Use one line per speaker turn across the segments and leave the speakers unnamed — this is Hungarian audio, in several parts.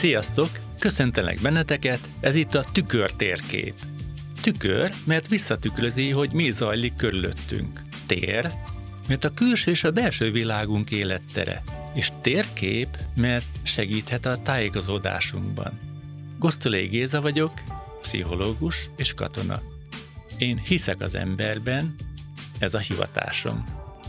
Sziasztok! Köszöntelek benneteket, ez itt a tükörtérkép. Tükör, mert visszatükrözi, hogy mi zajlik körülöttünk. Tér, mert a külső és a belső világunk élettere. És térkép, mert segíthet a tájékozódásunkban. Gosztolay Géza vagyok, pszichológus és katona. Én hiszek az emberben, ez a hivatásom.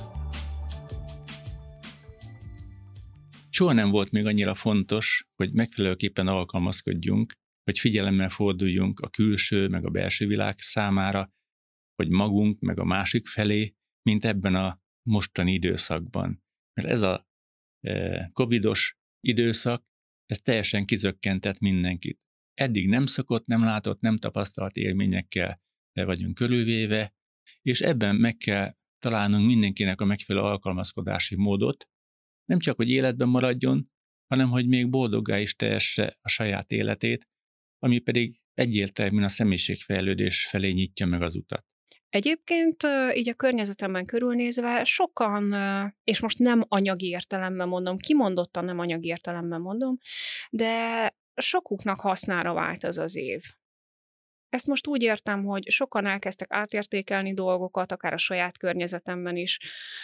Soha nem volt még annyira fontos, hogy megfelelőképpen alkalmazkodjunk, hogy figyelemmel forduljunk a külső meg a belső világ számára, hogy magunk meg a másik felé, mint ebben a mostani időszakban. Mert ez a covidos időszak, ez teljesen kizökkentett mindenkit. Eddig nem szokott, nem látott, nem tapasztalt élményekkel vagyunk körülvéve, és ebben meg kell találnunk mindenkinek a megfelelő alkalmazkodási módot, nem csak, hogy életben maradjon, hanem, hogy még boldoggá is tehesse a saját életét, ami pedig egyértelműen a személyiségfejlődés felé nyitja meg az utat.
Egyébként így a környezetemben körülnézve sokan, és most nem anyagi értelemben mondom, kimondottan nem anyagi értelemben mondom, de sokuknak hasznára vált ez az év. Ezt most úgy értem, hogy sokan elkezdtek átértékelni dolgokat, akár a saját környezetemben is,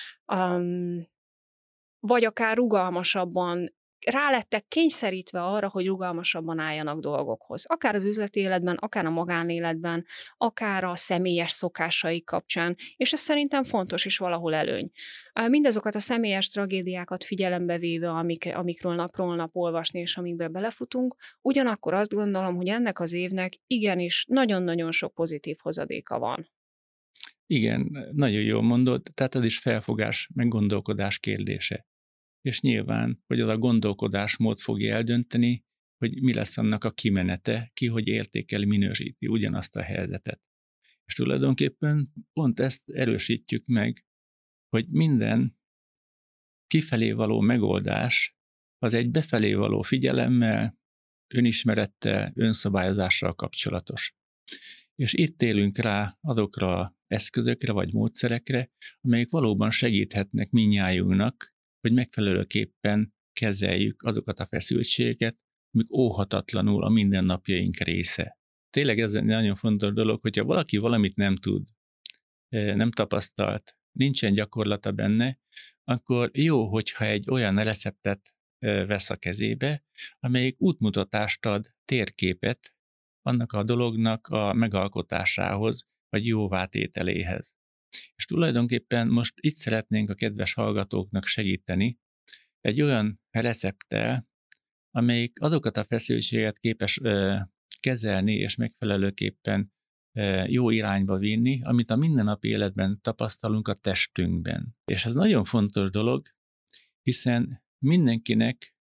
vagy akár rugalmasabban rálettek kényszerítve arra, hogy rugalmasabban álljanak dolgokhoz. Akár az üzleti életben, akár a magánéletben, akár a személyes szokásaik kapcsán, és ez szerintem fontos is valahol előny. Mindazokat a személyes tragédiákat figyelembe véve, amikről napról nap olvasni, és amikbe belefutunk, ugyanakkor azt gondolom, hogy ennek az évnek igenis nagyon-nagyon sok pozitív hozadéka van.
Igen, nagyon jól mondod, tehát ez is felfogás, meg gondolkodás kérdése. És nyilván, hogy az a gondolkodásmód fogja eldönteni, hogy mi lesz annak a kimenete, ki hogy értékeli, minősíti ugyanazt a helyzetet. És tulajdonképpen pont ezt erősítjük meg, hogy minden kifelé való megoldás az egy befelé való figyelemmel, önismerettel, önszabályozással kapcsolatos. És itt élünk rá azokra eszközökre vagy módszerekre, amelyek valóban segíthetnek mindnyájunknak, hogy megfelelőképpen kezeljük azokat a feszültségeket, amik óhatatlanul a mindennapjaink része. Tényleg ez egy nagyon fontos dolog, hogyha valaki valamit nem tud, nem tapasztalt, nincsen gyakorlata benne, akkor jó, hogyha egy olyan receptet vesz a kezébe, amelyik útmutatást ad, térképet annak a dolognak a megalkotásához, vagy jóvátételéhez. És tulajdonképpen most itt szeretnénk a kedves hallgatóknak segíteni egy olyan recepttel, amelyik azokat a feszültséget képes kezelni és megfelelőképpen jó irányba vinni, amit a mindennapi életben tapasztalunk a testünkben. És ez nagyon fontos dolog, hiszen mindenkinek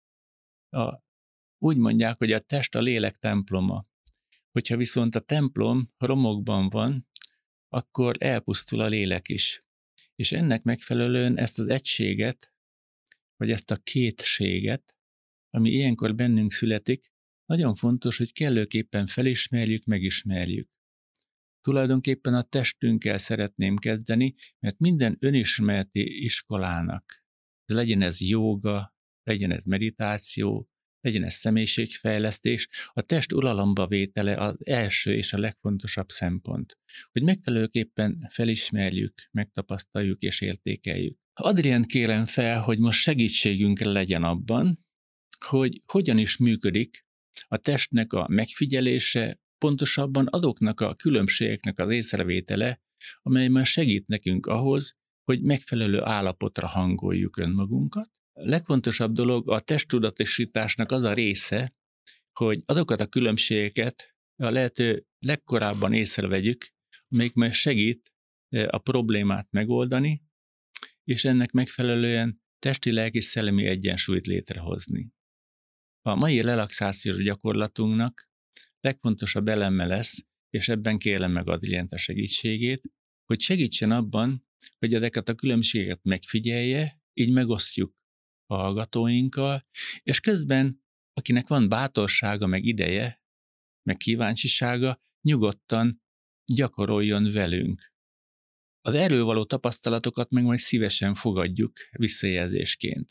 úgy mondják, hogy a test a lélek temploma. Hogyha viszont a templom romokban van, akkor elpusztul a lélek is. És ennek megfelelően ezt az egységet, vagy ezt a kétséget, ami ilyenkor bennünk születik, nagyon fontos, hogy kellőképpen felismerjük, megismerjük. Tulajdonképpen a testünkkel szeretném kezdeni, mert minden önismereti iskolának, legyen ez jóga, legyen ez meditáció, legyen ez személyiségfejlesztés, a test uralomba vétele az első és a legfontosabb szempont, hogy megfelelőképpen felismerjük, megtapasztaljuk és értékeljük. Adriánt kérem fel, hogy most segítségünkre legyen abban, hogy hogyan is működik a testnek a megfigyelése, pontosabban azoknak a különbségeknek az észrevétele, amely már segít nekünk ahhoz, hogy megfelelő állapotra hangoljuk önmagunkat. A legfontosabb dolog a testtudatosításnak az a része, hogy azokat a különbségeket a lehető legkorábban észrevegyük, amelyik már segít a problémát megoldani, és ennek megfelelően testi, lelki, szellemi egyensúlyt létrehozni. A mai relaxációs gyakorlatunknak legfontosabb eleme lesz, és ebben kérem meg Adriánt a segítségét, hogy segítsen abban, hogy ezeket a különbségeket megfigyelje, így megosztjuk a hallgatóinkkal, és közben, akinek van bátorsága, meg ideje, meg kíváncsisága, nyugodtan gyakoroljon velünk. Az erről való tapasztalatokat meg majd szívesen fogadjuk visszajelzésként.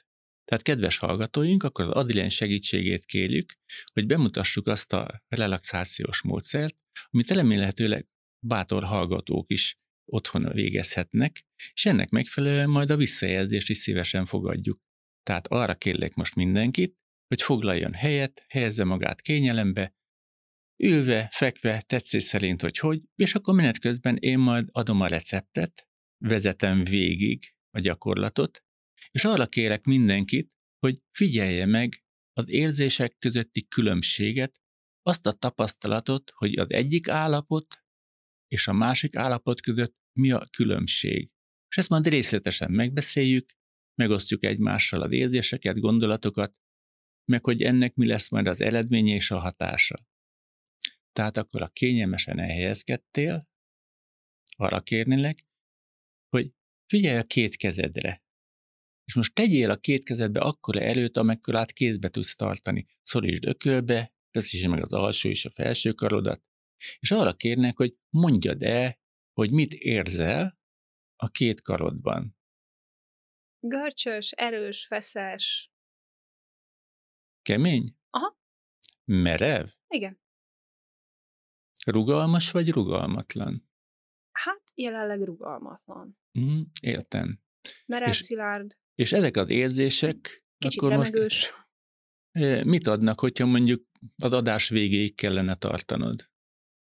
Tehát kedves hallgatóink, akkor az Adrián segítségét kérjük, hogy bemutassuk azt a relaxációs módszert, amit remélhetőleg bátor hallgatók is otthon végezhetnek, és ennek megfelelően majd a visszajelzést is szívesen fogadjuk. Tehát arra kérlek most mindenkit, hogy foglaljon helyet, helyezze magát kényelembe, ülve, fekve, tetszés szerint, hogy, és akkor menet közben én majd adom a receptet, vezetem végig a gyakorlatot, és arra kérek mindenkit, hogy figyelje meg az érzések közötti különbséget, azt a tapasztalatot, hogy az egyik állapot és a másik állapot között mi a különbség. És ezt majd részletesen megbeszéljük, megosztjuk egymással az érzéseket, gondolatokat, meg hogy ennek mi lesz majd az eredménye és a hatása. Tehát akkor a kényelmesen elhelyezkedtél, arra kérnélek, hogy figyelj a két kezedre. És most tegyél a két kezedbe akkora erőt, amekkorát kézbe tudsz tartani. Szorítsd ökölbe, feszítsd meg az alsó és a felső karodat, és arra kérnek, hogy mondjad el, hogy mit érzel a két karodban.
Görcsös, erős, feszes.
Kemény?
Aha.
Merev?
Igen.
Rugalmas vagy rugalmatlan?
Hát jelenleg rugalmatlan.
Értem.
Merev, szilárd.
És ezek az érzések
kicsit
akkor
remegős.
Most mit adnak, hogyha mondjuk az adás végéig kellene tartanod?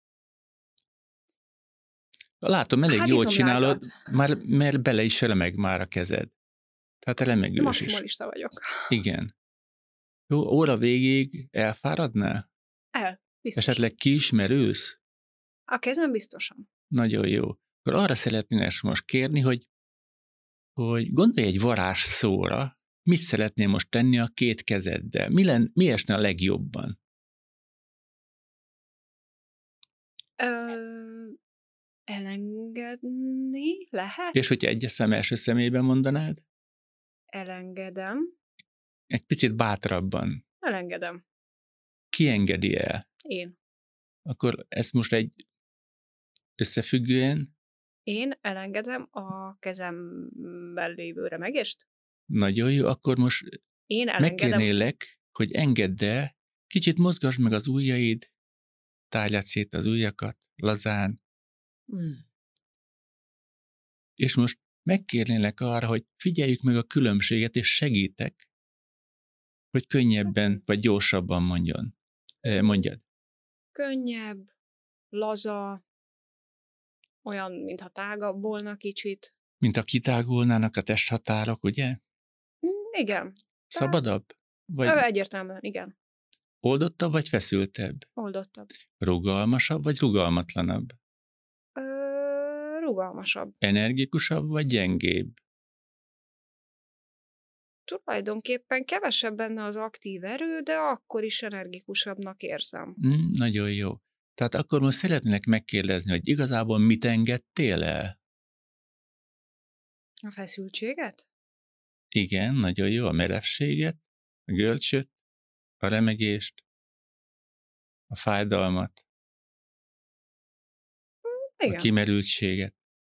Látom, elég jól csinálod, mert bele is remeg már a kezed. Tehát remegős
maximalista is. Vagyok.
Igen. Jó, óra végéig elfáradnál?
Biztosan.
Esetleg ki is merülsz?
A kezem biztosan. Nagyon
jó. Akkor arra szeretném most kérni, hogy gondolj egy varázsszóra, mit szeretnél most tenni a két kezeddel? Mi esne a legjobban?
Elengedni lehet?
És hogyha egyes szem első személyben mondanád?
Elengedem.
Egy picit bátrabban.
Elengedem.
Ki engedi el?
Én.
Akkor ezt most egy összefüggően?
Én elengedem a kezemben lévő remegést?
Nagyon jó, akkor most megkérnélek, hogy engedd el, kicsit mozgasd meg az ujjaid, tárjad szét az ujjakat, lazán. És most megkérnélek arra, hogy figyeljük meg a különbséget, és segítek, hogy könnyebben vagy gyorsabban mondjad.
Könnyebb, laza, olyan, mintha tágabb volna kicsit.
Mintha kitágulnának a testhatárok, ugye?
Igen.
Szabadabb? Vagy
egyértelműen, igen.
Oldottabb vagy feszültebb?
Oldottabb.
Rugalmasabb vagy rugalmatlanabb?
Rugalmasabb.
Energikusabb vagy gyengébb?
Tulajdonképpen kevesebb benne az aktív erő, de akkor is energikusabbnak érzem.
Nagyon jó. Tehát akkor most szeretnék megkérdezni, hogy igazából mit engedtél el?
A feszültséget?
Igen, nagyon jó. A merevséget, a görcsöt, a remegést, a fájdalmat,
igen.
A kimerültséget.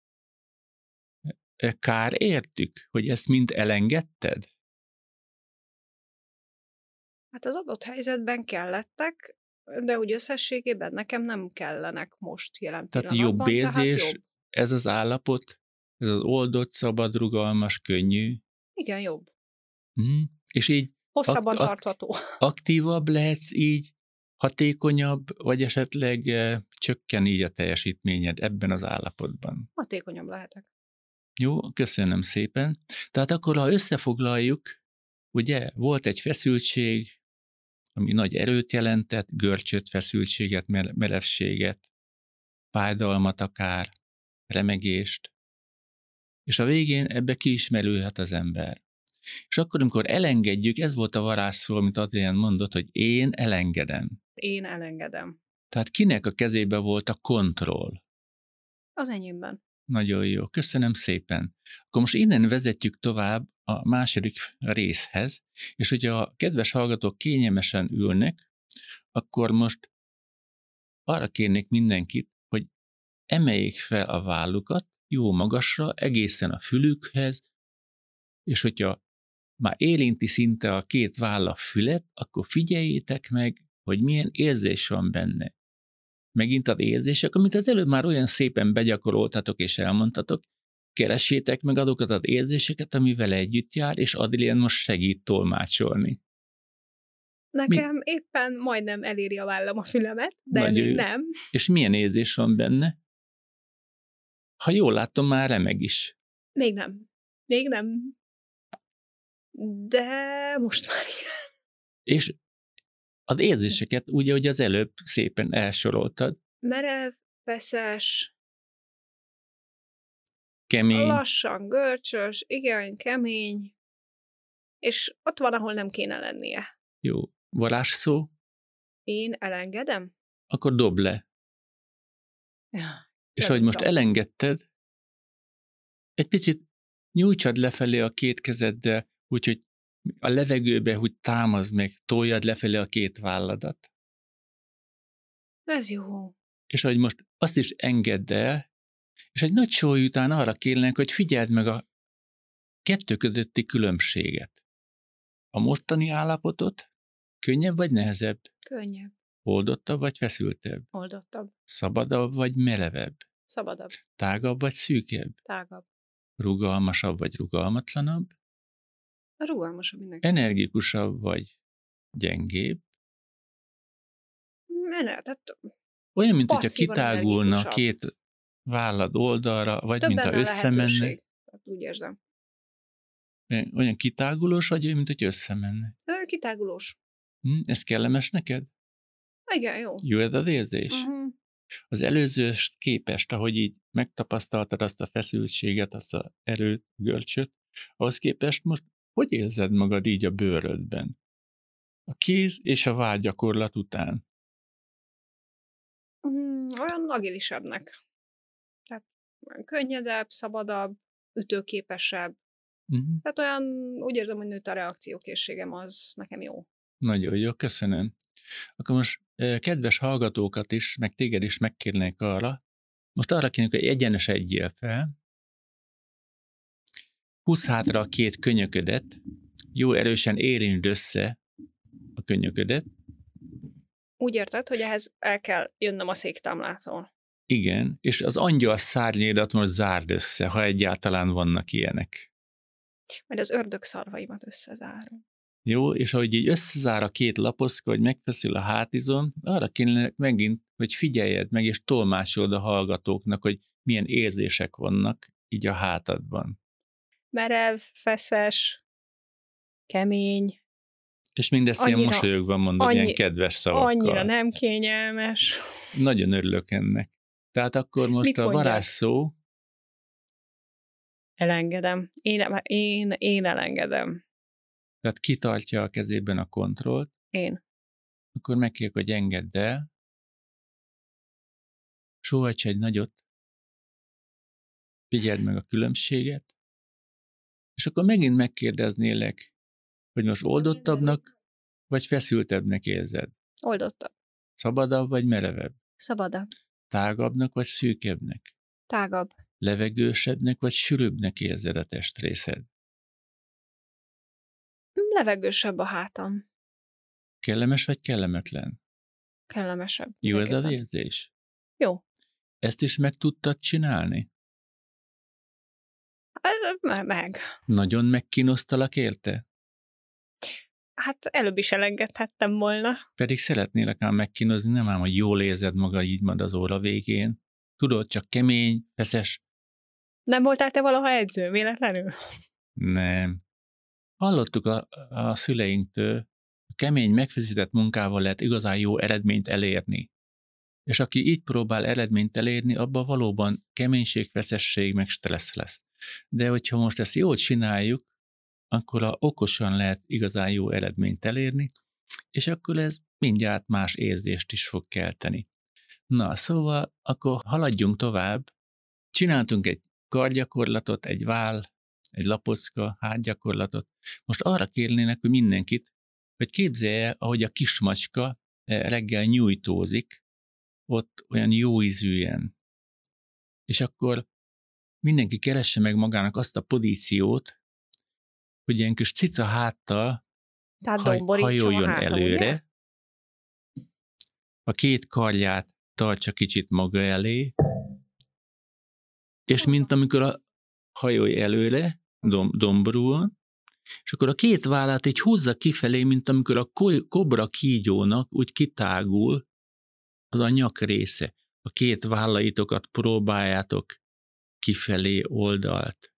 Kár értük, hogy ezt mind elengedted?
Hát az adott helyzetben kellettek, de úgy összességében nekem nem kellenek most jelen pillanatban.
Tehát jobb érzés, jobb. Ez az állapot, ez az oldott, szabad, rugalmas, könnyű.
Igen, jobb.
És így
hosszabban tartható.
Aktívabb lehetsz így, hatékonyabb, vagy esetleg csökken így a teljesítményed ebben az állapotban?
Hatékonyabb lehetek.
Jó, köszönöm szépen. Tehát akkor, ha összefoglaljuk, ugye volt egy feszültség, ami nagy erőt jelentett, görcsöt, feszültséget, merevséget, fájdalmat akár, remegést, és a végén ebbe ki is merülhet az ember. És akkor, amikor elengedjük, ez volt a varázsszó, amit Adrián mondott, hogy én elengedem.
Én elengedem.
Tehát kinek a kezébe volt a kontroll?
Az enyémben.
Nagyon jó, köszönöm szépen. Akkor most innen vezetjük tovább a második részhez, és hogyha a kedves hallgatók kényelmesen ülnek, akkor most arra kérnék mindenkit, hogy emeljék fel a vállukat jó magasra, egészen a fülükhez, és hogyha már érinti szinte a két válla fület, akkor figyeljétek meg, hogy milyen érzés van benne. Megint az érzések, amit az előbb már olyan szépen begyakoroltatok és elmondtatok, keressétek meg azokat az érzéseket, amivel együtt jár, és Adrián most segít tolmácsolni.
Nekem éppen majdnem eléri a vállam a fülemet, de
Nagyon
még
jó.
nem.
És milyen érzés van benne? Ha jól látom, már remeg is.
Még nem. Még nem. De most már igen.
És az érzéseket úgy, ahogy az előbb szépen elsoroltad.
Merev, feszes,
Kemény.
lassan, görcsös, igen, kemény, és ott van, ahol nem kéne lennie.
Jó. Varázsszó?
Én elengedem?
Akkor dob le.
Ja,
És ahogy most elengedted, egy picit nyújtsad lefelé a két kezeddel, úgyhogy a levegőbe úgy támazd meg, toljad lefelé a két válladat.
Ez jó.
És ahogy most azt is engedd el, és egy nagy sóly után arra kérnek, hogy figyeld meg a kettő közötti különbséget. A mostani állapotot könnyebb vagy nehezebb?
Könnyebb.
Oldottabb vagy feszültebb?
Oldottabb.
Szabadabb vagy merevebb?
Szabadabb.
Tágabb vagy szűkebb?
Tágabb.
Rugalmasabb vagy rugalmatlanabb?
Rugalmasabb mindenki.
Energikusabb vagy gyengébb?
Tehát
Olyan, mint hogyha
passzívan
kitágulna
energikusabb.
két vállad oldalra, vagy
Több
mintha
benne a
összemenne.
lehetőség. Hát úgy érzem.
Olyan kitágulós, vagy olyan, mint hogy összemenne.
Kitágulós.
Ez kellemes neked?
Igen, jó.
Jó ez az érzés?
Uh-huh.
Az előzőhöz képest, ahogy így megtapasztaltad azt a feszültséget, azt az erőt, görcsöt, ahhoz képest most hogy érzed magad így a bőrödben? A kéz és a vágyakorlat után.
Olyan agilisebbnek. Tehát olyan könnyedebb, szabadabb, ütőképesebb.
Uh-huh.
Tehát olyan, úgy érzem, hogy nőtt a reakciókészségem, az nekem jó.
Nagyon jó, köszönöm. Akkor most kedves hallgatókat is, meg téged is megkérnék arra, most arra kérnék, hogy egyenesedjél fel, húzz hátra a két könyöködet, jó erősen érintsd össze a könyöködet.
Úgy érted, hogy ehhez el kell jönnöm a széktámlától.
Igen, és az angyal szárnyédat most zárd össze, ha egyáltalán vannak ilyenek.
Majd az ördög szarvaimat összezárom.
Jó, és ahogy így összezár a két laposzka, hogy megfeszül a hátizon, arra kéne megint, hogy figyeljed meg, és tolmácsold a hallgatóknak, hogy milyen érzések vannak így a hátadban.
Merev, feszes, kemény.
És mindezt ilyen mosolyogva mondod, ilyen kedves szavakkal.
Annyira nem kényelmes.
Nagyon örülök ennek. Tehát akkor most
Mit
a
mondjak?
varázsszó...
Elengedem. Én elengedem.
Tehát kitartja a kezében a kontrollt.
Én.
Akkor megkérjük, hogy engedd el. Sóhajts egy nagyot. Figyeld meg a különbséget. És akkor megint megkérdeznélek, hogy most oldottabbnak, vagy feszültebbnek érzed?
Oldottabb.
Szabadabb, vagy merevebb?
Szabadabb.
Tágabbnak, vagy szűkebbnek?
Tágabb.
Levegősebbnek, vagy sűrűbbnek érzed a testrészed?
Levegősebb a hátam.
Kellemes, vagy kellemetlen?
Kellemesebb.
Jó ez az
mindenképpen.
érzés?
Jó.
Ezt is meg tudtad csinálni?
Meg.
Nagyon megkínosztalak érte?
Hát előbb is elengedhettem volna.
Pedig szeretnélek ám megkínozni, nem ám, hogy jól érzed maga így majd az óra végén. Tudod, csak kemény, feszes.
Nem voltál te valaha edző, véletlenül?
Nem. Hallottuk a szüleinktől, a kemény, megfeszített munkával lehet igazán jó eredményt elérni. És aki így próbál eredményt elérni, abban valóban keménység, feszesség, meg stressz lesz. De hogyha most ezt jól csináljuk, akkor okosan lehet igazán jó eredményt elérni, és akkor ez mindjárt más érzést is fog kelteni. Na, szóval akkor haladjunk tovább. Csináltunk egy kargyakorlatot, egy váll, egy lapocka, hátgyakorlatot. Most arra kérnének, hogy mindenkit, hogy képzelje, ahogy a kismacska reggel nyújtózik, ott olyan jó ízűen. És akkor mindenki keresse meg magának azt a pozíciót, hogy ilyen kis cica háttal
Tehát domborítsam a
hajoljon
hátam,
előre,
ugye?
a két karját tartsa kicsit maga elé, és mint amikor hajolj előre, domborúan, és akkor a két vállát így húzza kifelé, mint amikor a kobra kígyónak úgy kitágul az a nyak része. A két vállaitokat próbáljátok kifelé oldalt.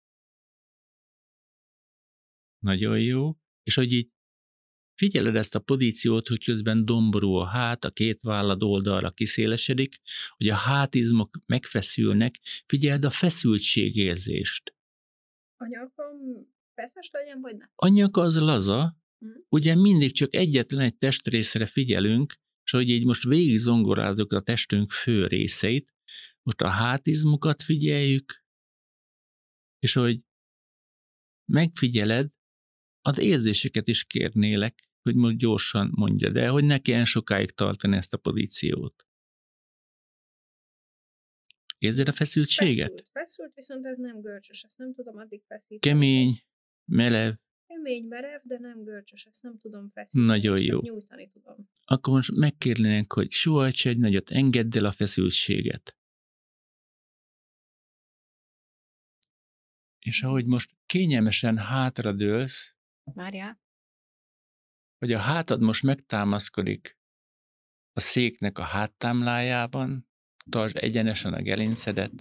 Nagyon jó. És hogy így figyeled ezt a pozíciót, hogy közben domború a hát, a két vállad oldalra kiszélesedik, hogy a hátizmok megfeszülnek, figyeld a feszültségérzést.
A nyakam feszes legyen, vagy ne?
A nyak az laza, ugye mindig csak egyetlen egy testrészre figyelünk, és hogy így most végig zongorázzuk a testünk fő részeit, most a hátizmokat figyeljük, és hogy megfigyeled, az érzéseket is kérnélek, hogy most gyorsan mondjad el, hogy ne kelljen sokáig tartani ezt a pozíciót. Érzed a feszültséget?
Feszült, viszont ez nem görcsös, ezt nem tudom addig feszíteni.
Kemény, merev.
Kemény, merev, de nem görcsös, ezt nem tudom feszíteni.
Nagyon jó.
Csak nyújtani tudom.
Akkor most megkérnénk, hogy sohajts egy nagyot, engedd el a feszültséget. És ahogy most kényelmesen hátradőlsz,
Várjál.
hogy a hátad most megtámaszkodik a széknek a háttámlájában, tartsd egyenesen a gerincedet,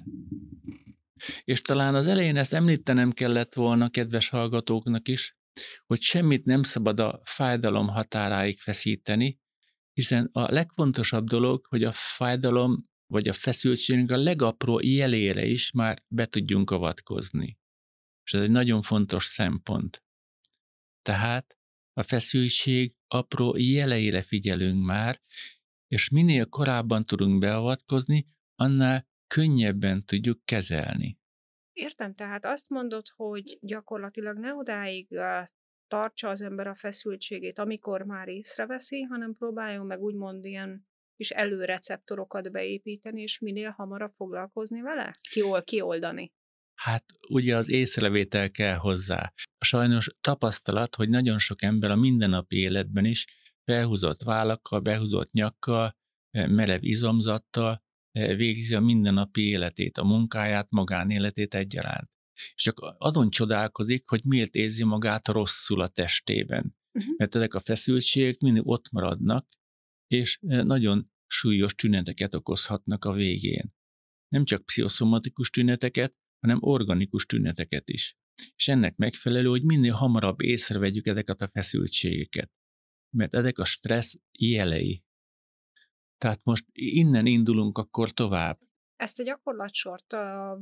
és talán az elején ezt említenem kellett volna kedves hallgatóknak is, hogy semmit nem szabad a fájdalom határáig feszíteni, hiszen a legfontosabb dolog, hogy a fájdalom vagy a feszültségünk a legapró jelére is már be tudjunk avatkozni. És ez egy nagyon fontos szempont. Tehát a feszültség apró jeleire figyelünk már, és minél korábban tudunk beavatkozni, annál könnyebben tudjuk kezelni.
Értem, tehát azt mondod, hogy gyakorlatilag ne odáig tartsa az ember a feszültségét, amikor már észreveszi, hanem próbáljon meg úgymond ilyen kis előreceptorokat beépíteni, és minél hamarabb foglalkozni vele? Kioldani.
Hát ugye az észrevétel kell hozzá. Sajnos tapasztalat, hogy nagyon sok ember a mindennapi életben is felhúzott vállakkal, behúzott nyakkal, merev izomzattal végzi a mindennapi életét, a munkáját, magánéletét egyaránt. És csak azon csodálkozik, hogy miért érzi magát rosszul a testében. Mert ezek a feszültségek mindig ott maradnak, és nagyon súlyos tüneteket okozhatnak a végén. Nem csak pszichoszomatikus tüneteket, hanem organikus tüneteket is. És ennek megfelelő, hogy minél hamarabb észrevegyük ezeket a feszültségeket. Mert ezek a stressz jelei. Tehát most innen indulunk akkor tovább.
Ezt a gyakorlatsort,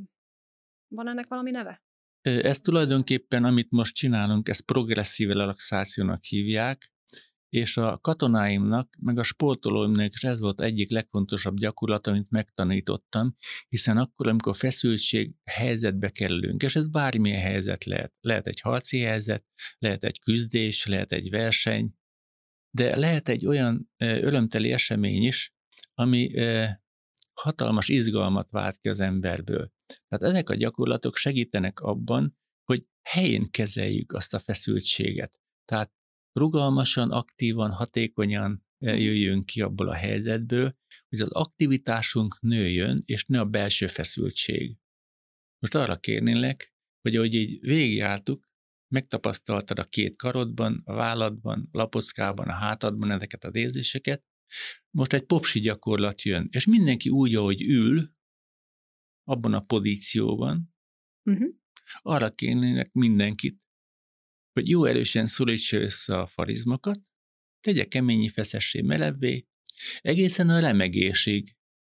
van ennek valami neve?
Ez tulajdonképpen, amit most csinálunk, ezt progresszív relaxációnak hívják, és a katonáimnak, meg a sportolóimnak is ez volt egyik legfontosabb gyakorlat, amit megtanítottam, hiszen akkor, amikor feszültség helyzetbe kerülünk, és ez bármilyen helyzet lehet. Lehet egy harci helyzet, lehet egy küzdés, lehet egy verseny, de lehet egy olyan örömteli esemény is, ami hatalmas izgalmat vált ki az emberből. Tehát ezek a gyakorlatok segítenek abban, hogy helyén kezeljük azt a feszültséget. Tehát rugalmasan, aktívan, hatékonyan jöjjünk ki abból a helyzetből, hogy az aktivitásunk nőjön, és ne a belső feszültség. Most arra kérnélek, hogy ahogy így végigjártuk, megtapasztaltad a két karodban, a válladban, a lapockában, a hátadban ezeket az érzéseket, most egy popsi gyakorlat jön, és mindenki úgy, ahogy ül, abban a pozícióban, arra kérnének mindenkit, hogy jó erősen szorítsa össze a farizmokat, tegye keményi feszessé melevvé, egészen a remegésig.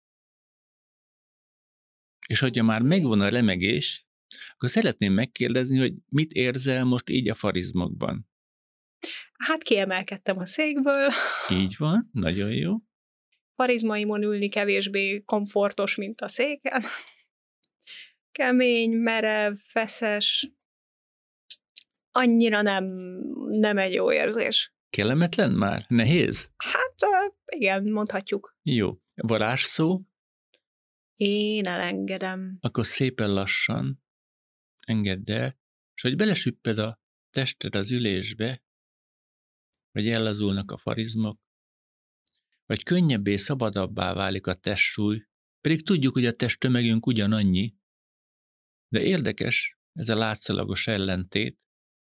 És hogyha már megvan a remegés, akkor szeretném megkérdezni, hogy mit érzel most így a farizmokban?
Hát kiemelkedtem a székből.
Így van, nagyon jó.
Farizmaimon ülni kevésbé komfortos, mint a széken. Kemény, merev, feszes. Annyira nem egy jó érzés.
Kellemetlen már? Nehéz?
Hát igen, mondhatjuk.
Jó. Varázsszó?
Én elengedem.
Akkor szépen lassan engedd el, és hogy belesüpped a tested az ülésbe, vagy ellazulnak a farizmok, vagy könnyebbé, szabadabbá válik a testsúly, pedig tudjuk, hogy a testtömegünk ugyanannyi, de érdekes ez a látszólagos ellentét.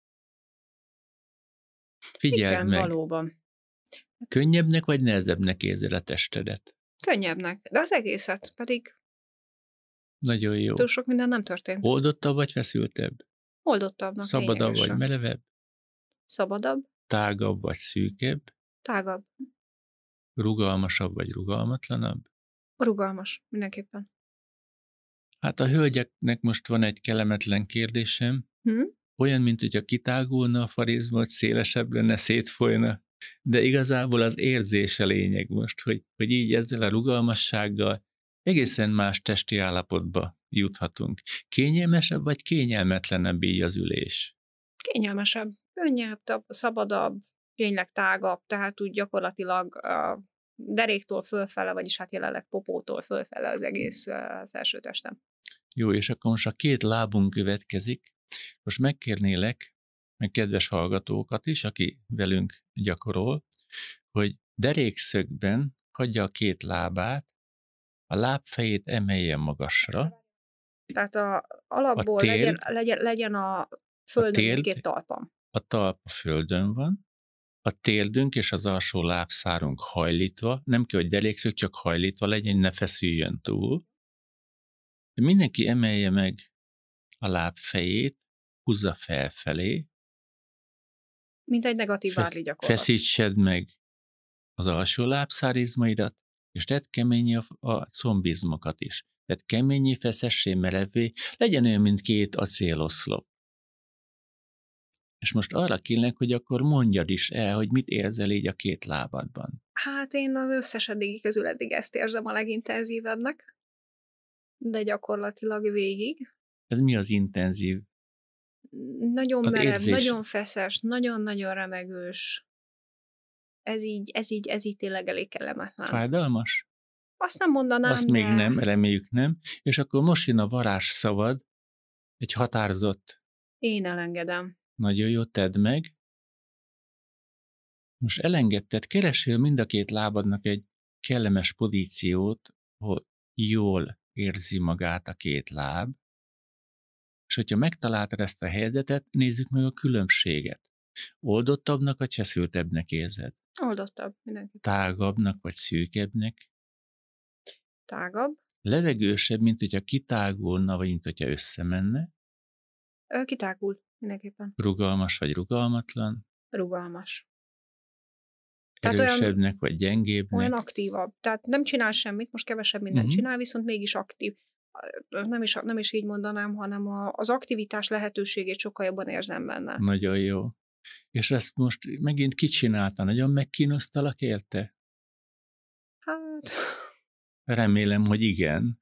Figyeld
Igen,
meg,
valóban.
könnyebbnek vagy nehezebbnek érzed a testedet?
Könnyebbnek, de az egészet pedig
Nagyon jó.
túl sok minden nem történt.
Oldottabb vagy feszültebb?
Oldottabbnak,
Szabadabb vagy
lényegesen.
merevebb?
Szabadabb,
Tágabb vagy szűkebb?
tágabb,
Rugalmasabb vagy rugalmatlanabb?
rugalmas, mindenképpen.
Hát a hölgyeknek most van egy kellemetlen kérdésem. Olyan, mint hogyha kitágulna a farizma, hogy szélesebb lenne, szétfolyna. De igazából az érzés a lényeg most, hogy így ezzel a rugalmassággal egészen más testi állapotba juthatunk. Kényelmesebb vagy kényelmetlenebb így az ülés?
Kényelmesebb, könnyebb, szabadabb, tényleg tágabb, tehát úgy gyakorlatilag a deréktól fölfele, vagyis hát jelenleg popótól fölfele az egész felsőtestem.
Jó, és akkor most a két lábunk következik. Most megkérnélek, meg kedves hallgatókat is, aki velünk gyakorol, hogy derékszögben hagyja a két lábát, a lábfejét emelje magasra.
Tehát alapból legyen a földön mindkét talpam.
A talp a földön van, a térdünk és az alsó lábszárunk hajlítva, nem kell, hogy derékszög, csak hajlítva legyen, ne feszüljön túl. De mindenki emelje meg a lábfejét, húzza felfelé.
Mint egy negatív várli gyakorlat.
Feszítsed meg az alsó lábszárizmaidat, és tedd keményé a combizmokat is. Tehát keményé, feszessé, merevvé, legyen olyan, mint két acéloszlop. És most arra kérlek, hogy akkor mondjad is el, hogy mit érzel így a két lábadban.
Hát én az összes eddigi közül eddig ezt érzem a legintenzívebbnek, de gyakorlatilag végig.
Ez mi az intenzív?
Nagyon
az
merev,
érzés.
nagyon feszes, nagyon-nagyon remegős. Ez így tényleg elég kellemetlen.
Fájdalmas?
Azt nem mondanám,
Azt még nem, reméljük nem. És akkor most jön a varázsszavad, egy határozott.
Én elengedem.
Nagyon jó, tedd meg. Most elengedted, keresél mind a két lábadnak egy kellemes pozíciót, hogy jól érzi magát a két láb. És hogyha megtaláltad ezt a helyzetet, nézzük meg a különbséget. Oldottabbnak vagy feszültebbnek érzed?
Oldottabb, mindenki.
Tágabbnak vagy szűkebbnek?
Tágabb.
Levegősebb, mint hogyha kitágulna, vagy mint hogyha összemenne?
Kitágul, mindenképpen.
Rugalmas vagy rugalmatlan?
Rugalmas.
Erősebbnek vagy gyengébbnek?
Olyan aktívabb. Tehát nem csinál semmit, most kevesebb mindent csinál, viszont mégis aktív. Nem is így mondanám, hanem az aktivitás lehetőségét sokkal jobban érzem benne.
Nagyon jó. És ezt most megint ki csinálta? Nagyon megkínosztalak érte?
Hát...
Remélem, hogy igen.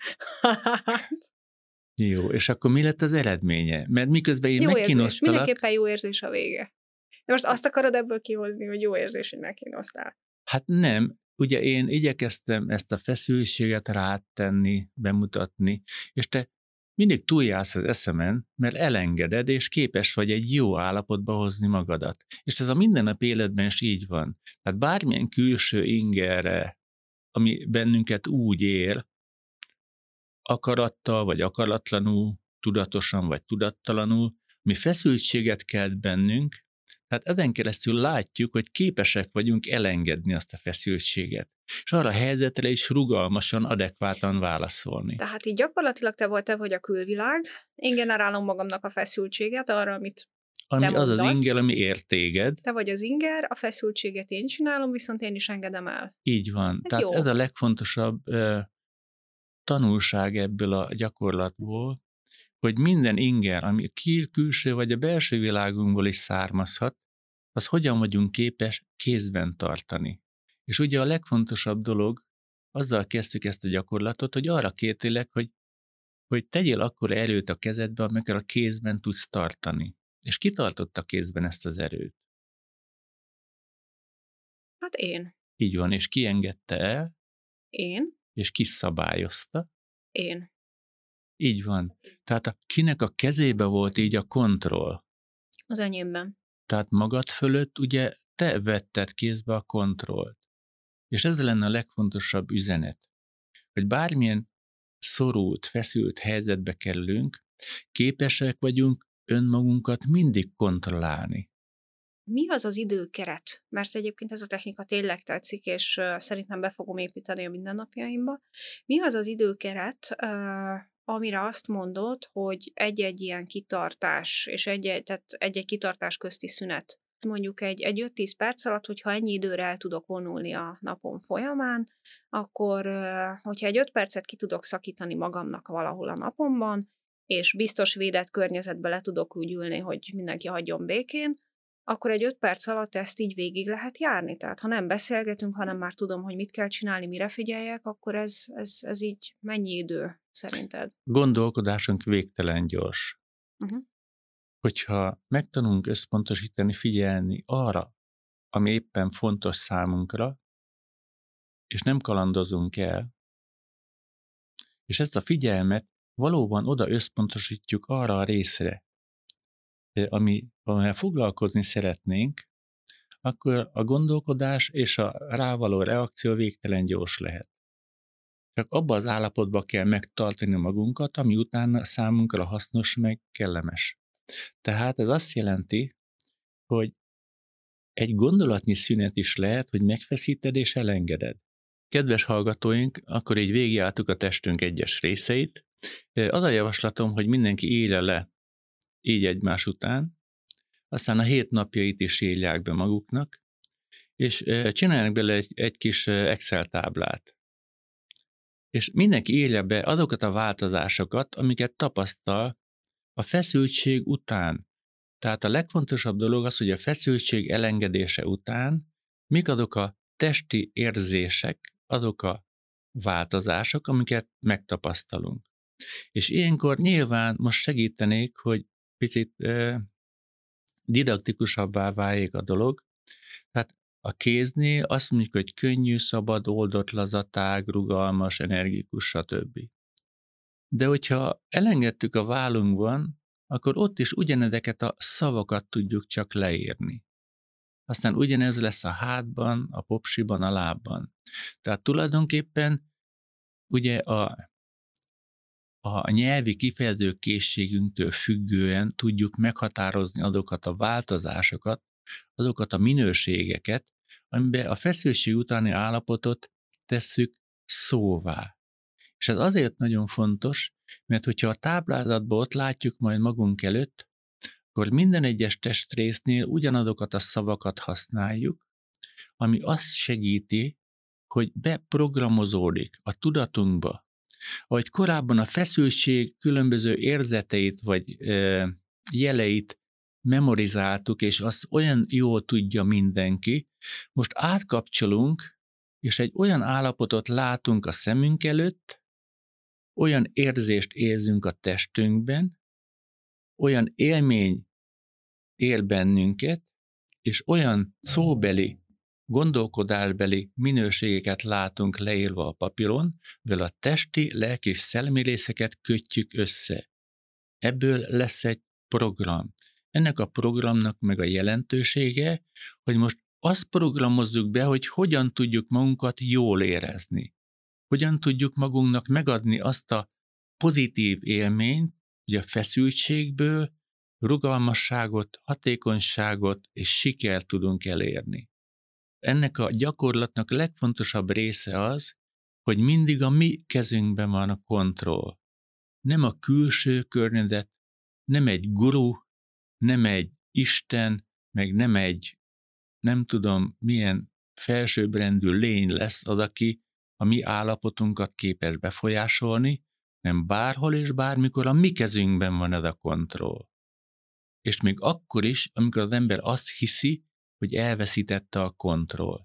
Jó, és akkor mi lett az eredménye? Mert miközben én megkínosztalak...
Mindenképpen jó érzés a vége. De most azt akarod ebből kihozni, hogy jó érzés, hogy megkínosztál?
Hát nem. Ugye én igyekeztem ezt a feszültséget rátenni, bemutatni, és te mindig túljársz az eszemen, mert elengeded, és képes vagy egy jó állapotba hozni magadat. És ez a mindennapi életben is így van. Tehát bármilyen külső ingerre, ami bennünket úgy ér, akarattal vagy akaratlanul, tudatosan vagy tudattalanul, mi feszültséget kelt bennünk, tehát ezen keresztül látjuk, hogy képesek vagyunk elengedni azt a feszültséget, és arra a helyzetre is rugalmasan, adekvátan válaszolni.
Tehát így gyakorlatilag te vagy a külvilág, én generálom magamnak a feszültséget arra, amit
ami az az inger, ami ér téged.
Te vagy az inger, a feszültséget én csinálom, viszont én is engedem el.
Így van. Tehát ez a legfontosabb tanulság ebből a gyakorlatból, hogy minden inger, ami külső vagy a belső világunkból is származhat, az hogyan vagyunk képes kézben tartani. És ugye a legfontosabb dolog, azzal kezdtük ezt a gyakorlatot, hogy arra kértélek, hogy tegyél akkor erőt a kezedbe, amikor a kézben tudsz tartani. És ki tartotta kézben ezt az erőt?
Hát én.
Így van, és ki engedte el?
Én.
És ki szabályozta?
Én.
Így van. Tehát kinek a kezébe volt így a kontroll?
Az enyémben.
Tehát magad fölött ugye te vetted kézbe a kontrollt. És ez lenne a legfontosabb üzenet, hogy bármilyen szorult, feszült helyzetbe kerülünk, képesek vagyunk önmagunkat mindig kontrollálni.
Mi az az időkeret? Mert egyébként ez a technika tényleg tetszik, és szerintem be fogom építeni a mindennapjaimba. Mi az az időkeret, amire azt mondod, hogy egy-egy ilyen kitartás, és egy-egy kitartás közti szünet, mondjuk egy 5-10 perc alatt, hogyha ennyi időre el tudok vonulni a napom folyamán, akkor, hogyha egy 5 percet ki tudok szakítani magamnak valahol a napomban, és biztos védett környezetbe le tudok úgy ülni, hogy mindenki hagyjon békén, akkor egy 5 perc alatt ezt így végig lehet járni. Tehát ha nem beszélgetünk, hanem már tudom, hogy mit kell csinálni, mire figyeljek, akkor ez így mennyi idő szerinted?
Gondolkodásunk végtelen gyors.
Uh-huh.
Hogyha megtanulunk összpontosítani, figyelni arra, ami éppen fontos számunkra, és nem kalandozunk el, és ezt a figyelmet valóban oda összpontosítjuk arra a részre, amivel foglalkozni szeretnénk, akkor a gondolkodás és a rávaló reakció végtelen gyors lehet. Csak abban az állapotban kell megtartani magunkat, ami utána számunkra hasznos meg kellemes. Tehát ez azt jelenti, hogy egy gondolatnyi szünet is lehet, hogy megfeszíted és elengeded. Kedves hallgatóink, akkor így végigjártuk a testünk egyes részeit. Az a javaslatom, hogy mindenki élje le így egymás után, aztán a 7 napjait is írják be maguknak, és csinálják bele egy kis Excel táblát. És mindenki élje be azokat a változásokat, amiket tapasztal a feszültség után. Tehát a legfontosabb dolog az, hogy a feszültség elengedése után mik azok a testi érzések, azok a változások, amiket megtapasztalunk. És ilyenkor nyilván most segítenék, hogy picit didaktikusabbá váljék a dolog. Tehát a kéznél azt mondjuk, hogy könnyű, szabad, oldott, lazatág, rugalmas, energikus, stb. De hogyha elengedtük a vállunkban, akkor ott is ugyanezeket a szavakat tudjuk csak leírni. Aztán ugyanez lesz a hátban, a popsiban, a lábban. Tehát tulajdonképpen ugye a nyelvi kifejező készségünktől függően tudjuk meghatározni azokat a változásokat, azokat a minőségeket, amiben a feszültség utáni állapotot tesszük szóvá. És ez azért nagyon fontos, mert hogyha a táblázatban ott látjuk majd magunk előtt, akkor minden egyes testrésznél ugyanazokat a szavakat használjuk, ami azt segíti, hogy beprogramozódik a tudatunkba. Ahogy korábban a feszültség különböző érzeteit vagy jeleit memorizáltuk, és azt olyan jól tudja mindenki, most átkapcsolunk, és egy olyan állapotot látunk a szemünk előtt, olyan érzést érzünk a testünkben, olyan élmény él bennünket, és olyan szóbeli, gondolkodásbeli minőségeket látunk leírva a papíron, mivel a testi, lelki és szellemi részeket kötjük össze. Ebből lesz egy program. Ennek a programnak meg a jelentősége, hogy most azt programozzuk be, hogy hogyan tudjuk magunkat jól érezni. Hogyan tudjuk magunknak megadni azt a pozitív élményt, hogy a feszültségből rugalmasságot, hatékonyságot és sikert tudunk elérni. Ennek a gyakorlatnak a legfontosabb része az, hogy mindig a mi kezünkben van a kontroll. Nem a külső környezet, nem egy guru, nem egy Isten, meg nem egy nem tudom milyen felsőbbrendű lény lesz az, aki a mi állapotunkat képes befolyásolni, nem bárhol és bármikor a mi kezünkben van ez a kontroll. És még akkor is, amikor az ember azt hiszi, hogy elveszítette a kontrollt.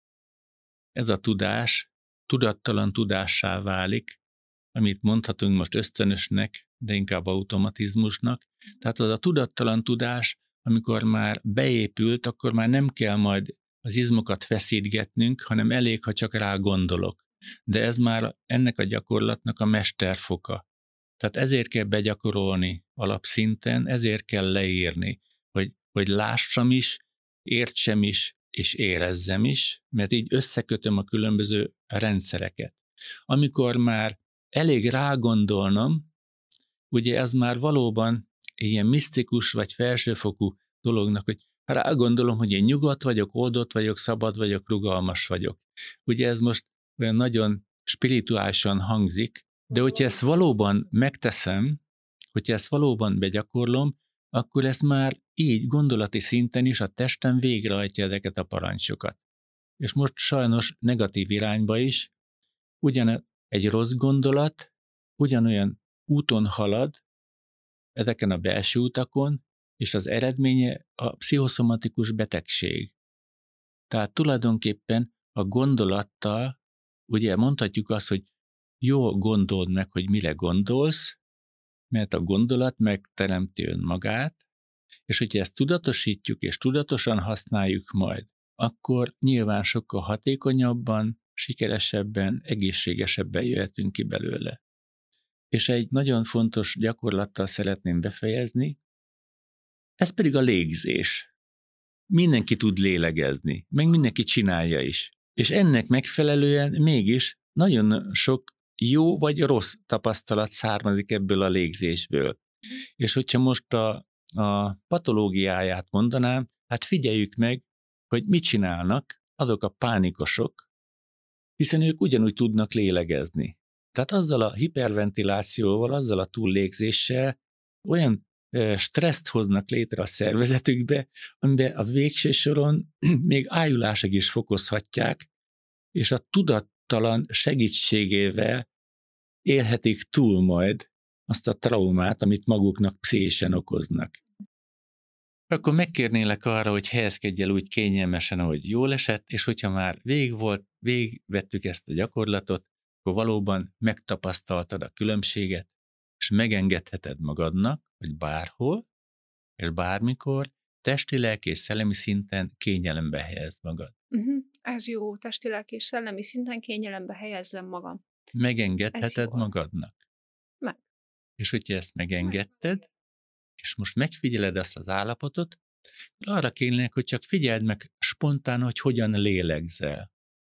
Ez a tudás tudattalan tudássá válik, amit mondhatunk most ösztönösnek, de inkább automatizmusnak. Tehát az a tudattalan tudás, amikor már beépült, akkor már nem kell majd az izmokat feszítgetnünk, hanem elég, ha csak rá gondolok. De ez már ennek a gyakorlatnak a mesterfoka. Tehát ezért kell begyakorolni alapszinten, ezért kell leírni, hogy hogy lássam is, értsem is, és érezzem is, mert így összekötöm a különböző rendszereket. Amikor már elég rágondolnom, ugye ez már valóban ilyen misztikus vagy felsőfokú dolognak, hogy rágondolom, hogy én nyugodt vagyok, oldott vagyok, szabad vagyok, rugalmas vagyok. Ugye ez most olyan nagyon spirituálisan hangzik, de hogyha ezt valóban megteszem, hogyha ezt valóban begyakorlom, akkor ez már így gondolati szinten is a testem végrehajtja ezeket a parancsokat. És most sajnos negatív irányba is, ugyan egy rossz gondolat, ugyanolyan úton halad, ezeken a belső utakon, és az eredménye a pszichoszomatikus betegség. Tehát tulajdonképpen a gondolattal, ugye mondhatjuk azt, hogy jól gondold meg, hogy mire gondolsz, mert a gondolat megteremti önmagát, és hogyha ezt tudatosítjuk és tudatosan használjuk majd, akkor nyilván sokkal hatékonyabban, sikeresebben, egészségesebben jöhetünk ki belőle. És egy nagyon fontos gyakorlattal szeretném befejezni, ez pedig a légzés. Mindenki tud lélegezni, meg mindenki csinálja is. És ennek megfelelően mégis nagyon sok jó vagy rossz tapasztalat származik ebből a légzésből. És hogyha most a patológiáját mondanám, hát figyeljük meg, hogy mit csinálnak azok a pánikosok, hiszen ők ugyanúgy tudnak lélegezni. Tehát azzal a hiperventilációval, azzal a túllégzéssel olyan stresszt hoznak létre a szervezetükbe, amiben a végső soron még ájulásig is fokozhatják, és a tudattalan segítségével élhetik túl majd azt a traumát, amit maguknak pszichésen okoznak. Akkor megkérnélek arra, hogy helyezkedj el úgy kényelmesen, ahogy jól esett, és hogyha már végigvettük ezt a gyakorlatot, akkor valóban megtapasztaltad a különbséget, és megengedheted magadnak, hogy bárhol, és bármikor, testi, lelki és szellemi szinten kényelembe helyezd magad.
Ez jó, testi, lelki és szellemi szinten kényelembe helyezzem magam.
Megengedheted magadnak.
Meg.
És hogyha ezt megengedted, és most megfigyeled ezt az állapotot, arra kérlek, hogy csak figyeld meg spontán, hogy hogyan lélegzel.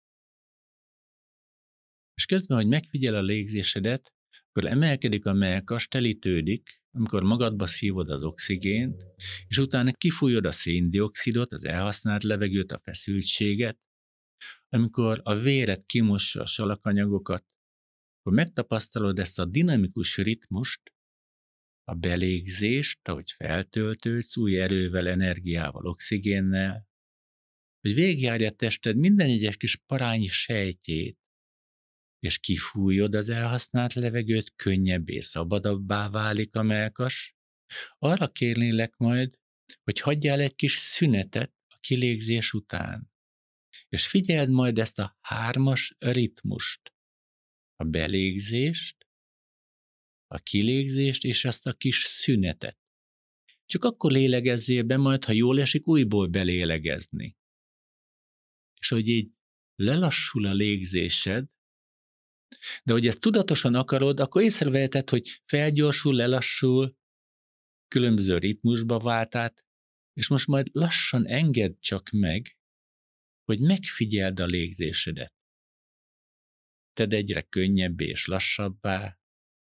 És közben, hogy megfigyel a légzésedet, akkor emelkedik a mellkas, telítődik, amikor magadba szívod az oxigént, és utána kifújod a széndioxidot, az elhasznált levegőt, a feszültséget, amikor a véred kimossa a salakanyagokat, akkor megtapasztalod ezt a dinamikus ritmust, a belégzést, ahogy feltöltődsz új erővel, energiával, oxigénnel, hogy végigjárja a tested minden egyes kis parányi sejtjét, és kifújod az elhasznált levegőt, könnyebbé, szabadabbá válik a mellkas. Arra kérlélek majd, hogy hagyjál egy kis szünetet a kilégzés után, és figyeld majd ezt a 3-as ritmust, a belégzést, a kilégzést és ezt a kis szünetet. Csak akkor lélegezzél be majd, ha jól esik, újból belélegezni. És hogy így lelassul a légzésed, de hogy ezt tudatosan akarod, akkor észreveheted, hogy felgyorsul, lelassul, különböző ritmusba vált át, és most majd lassan engedd csak meg, hogy megfigyeld a légzésedet. Tedd egyre könnyebbé és lassabbá,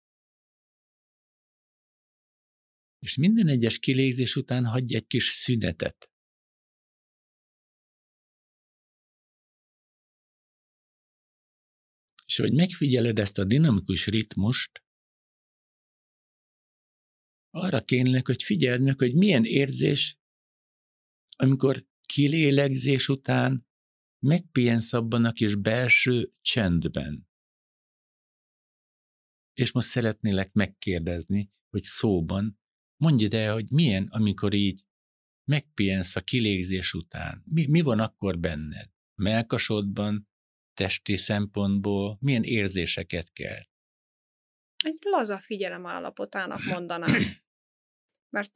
és minden egyes kilégzés után hagyj egy kis szünetet. És hogy megfigyeled ezt a dinamikus ritmust, arra kérlek, hogy figyeld meg, hogy milyen érzés, amikor kilélegzés után megpihensz abban a kis belső csendben. És most szeretnélek megkérdezni, hogy szóban mondj el, hogy milyen, amikor így megpihensz a kilégzés után. Mi van akkor benned? Mellkasodban, testi szempontból, milyen érzéseket kell?
Egy laza figyelem állapotának mondanám. Mert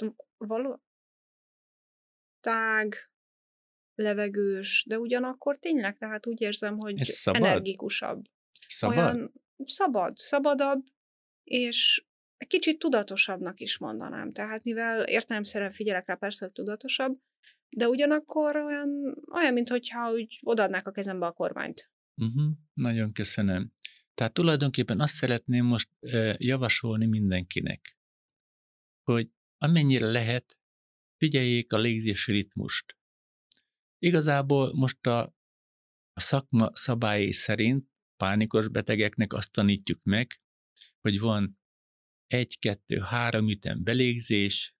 tág, levegős, de ugyanakkor tényleg, tehát úgy érzem, hogy energikusabb.
Szabad?
Olyan szabadabb, és kicsit tudatosabbnak is mondanám. Tehát mivel értelemszerűen figyelek rá, persze, hogy tudatosabb, de ugyanakkor olyan minthogyha úgy odaadnák a kezembe a kormányt.
Nagyon köszönöm. Tehát tulajdonképpen azt szeretném most javasolni mindenkinek, hogy amennyire lehet, figyeljék a légzési ritmust. Igazából most a szakma szabályai szerint pánikos betegeknek azt tanítjuk meg, hogy van 1-2-3 ütem belégzés,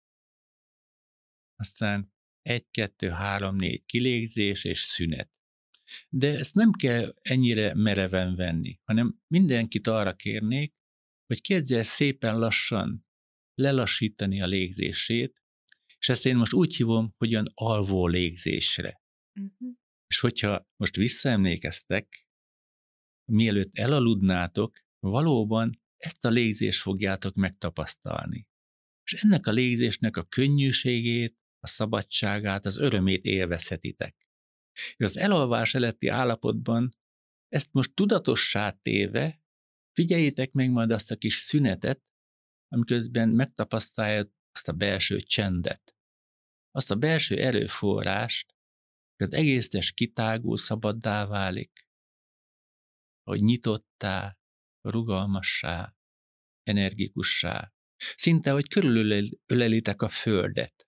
aztán 1-2-3-4 kilégzés és szünet. De ezt nem kell ennyire mereven venni, hanem mindenkit arra kérnék, hogy kezdje szépen lassan lelassítani a légzését, és ezt én most úgy hívom, hogy olyan alvó légzésre. És hogyha most visszaemlékeztek, mielőtt elaludnátok, valóban ezt a légzést fogjátok megtapasztalni. És ennek a légzésnek a könnyűségét, a szabadságát, az örömét élvezhetitek. És az elalvás előtti állapotban ezt most tudatossá téve, figyeljétek meg majd azt a kis szünetet, amiközben megtapasztaljátok azt a belső csendet, azt a belső erőforrást, hogy az egész test kitágul, szabaddá válik, hogy nyitottá, rugalmassá, energikussá, szinte, hogy körülölelitek a földet.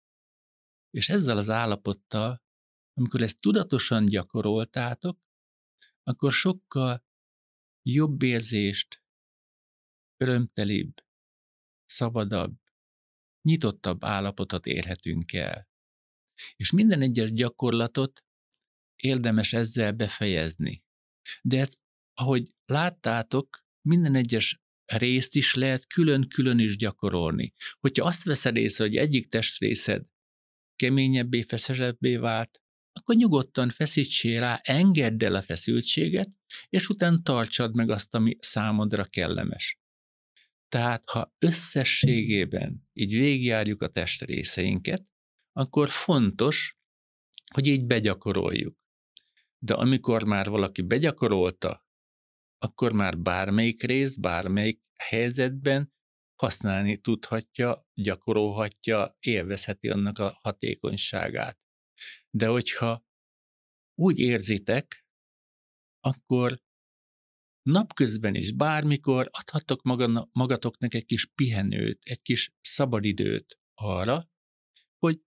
És ezzel az állapottal, amikor ezt tudatosan gyakoroltátok, akkor sokkal jobb érzést, örömtelibb, szabadabb, nyitottabb állapotot érhetünk el. És minden egyes gyakorlatot érdemes ezzel befejezni. De ezt, ahogy láttátok, minden egyes részt is lehet külön-külön is gyakorolni. Hogyha azt veszed észre, hogy egyik testrészed keményebbé, feszesebbé vált, akkor nyugodtan feszítsél rá, engedd el a feszültséget, és utána tartsad meg azt, ami számodra kellemes. Tehát, ha összességében így végigjárjuk a testrészeinket, akkor fontos, hogy így begyakoroljuk. De amikor már valaki begyakorolta, akkor már bármelyik rész, bármelyik helyzetben használni tudhatja, gyakorolhatja, élvezheti annak a hatékonyságát. De hogyha úgy érzitek, akkor napközben is bármikor adhattok magatoknak egy kis pihenőt, egy kis szabadidőt arra, hogy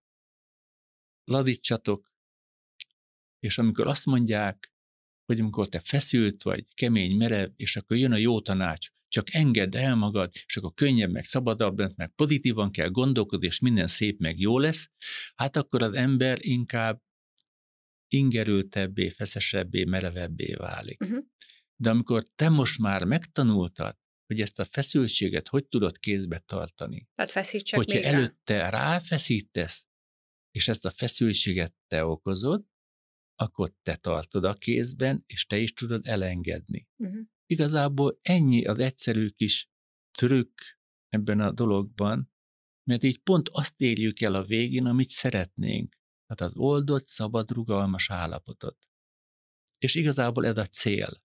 lazítsatok, és amikor azt mondják, hogy amikor te feszült vagy, kemény, merev, és akkor jön a jó tanács, csak engedd el magad, és akkor könnyebb, meg szabadabb, meg pozitívan kell gondolkodni, és minden szép, meg jó lesz, hát akkor az ember inkább ingerültebbé, feszesebbé, merevebbé válik. De amikor te most már megtanultad, hogy ezt a feszültséget hogy tudod kézbe tartani,
tehát feszítsek
hogyha
még rá.
előtte ráfeszítesz, és ezt a feszültséget te okozod, akkor te tartod a kézben, és te is tudod elengedni. Igazából ennyi az egyszerű kis trükk ebben a dologban, mert így pont azt érjük el a végén, amit szeretnénk. Tehát az oldott, szabad, rugalmas állapotot. És igazából ez a cél.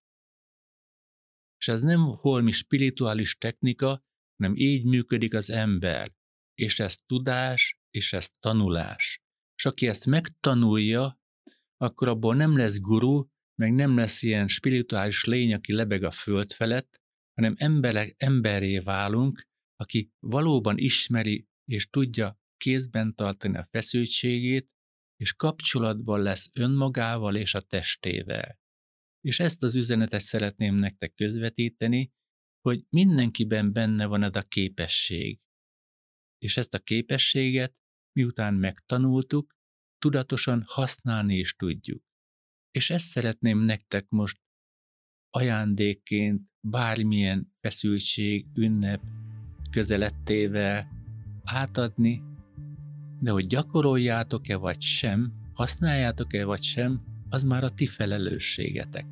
És ez nem holmi spirituális technika, hanem így működik az ember. És ez tudás, és ez tanulás. És aki ezt megtanulja, akkor abból nem lesz guru, meg nem lesz ilyen spirituális lény, aki lebeg a föld felett, hanem emberré válunk, aki valóban ismeri és tudja kézben tartani a feszültségét, és kapcsolatban lesz önmagával és a testével. És ezt az üzenetet szeretném nektek közvetíteni, hogy mindenkiben benne van ez a képesség. És ezt a képességet, miután megtanultuk, tudatosan használni is tudjuk. És ezt szeretném nektek most ajándékként bármilyen feszültség, ünnep közelettével átadni, de hogy gyakoroljátok-e vagy sem, használjátok-e vagy sem, az már a ti felelősségetek.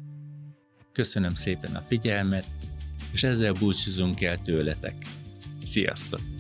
Köszönöm szépen a figyelmet, és ezzel búcsúzunk el tőletek. Sziasztok!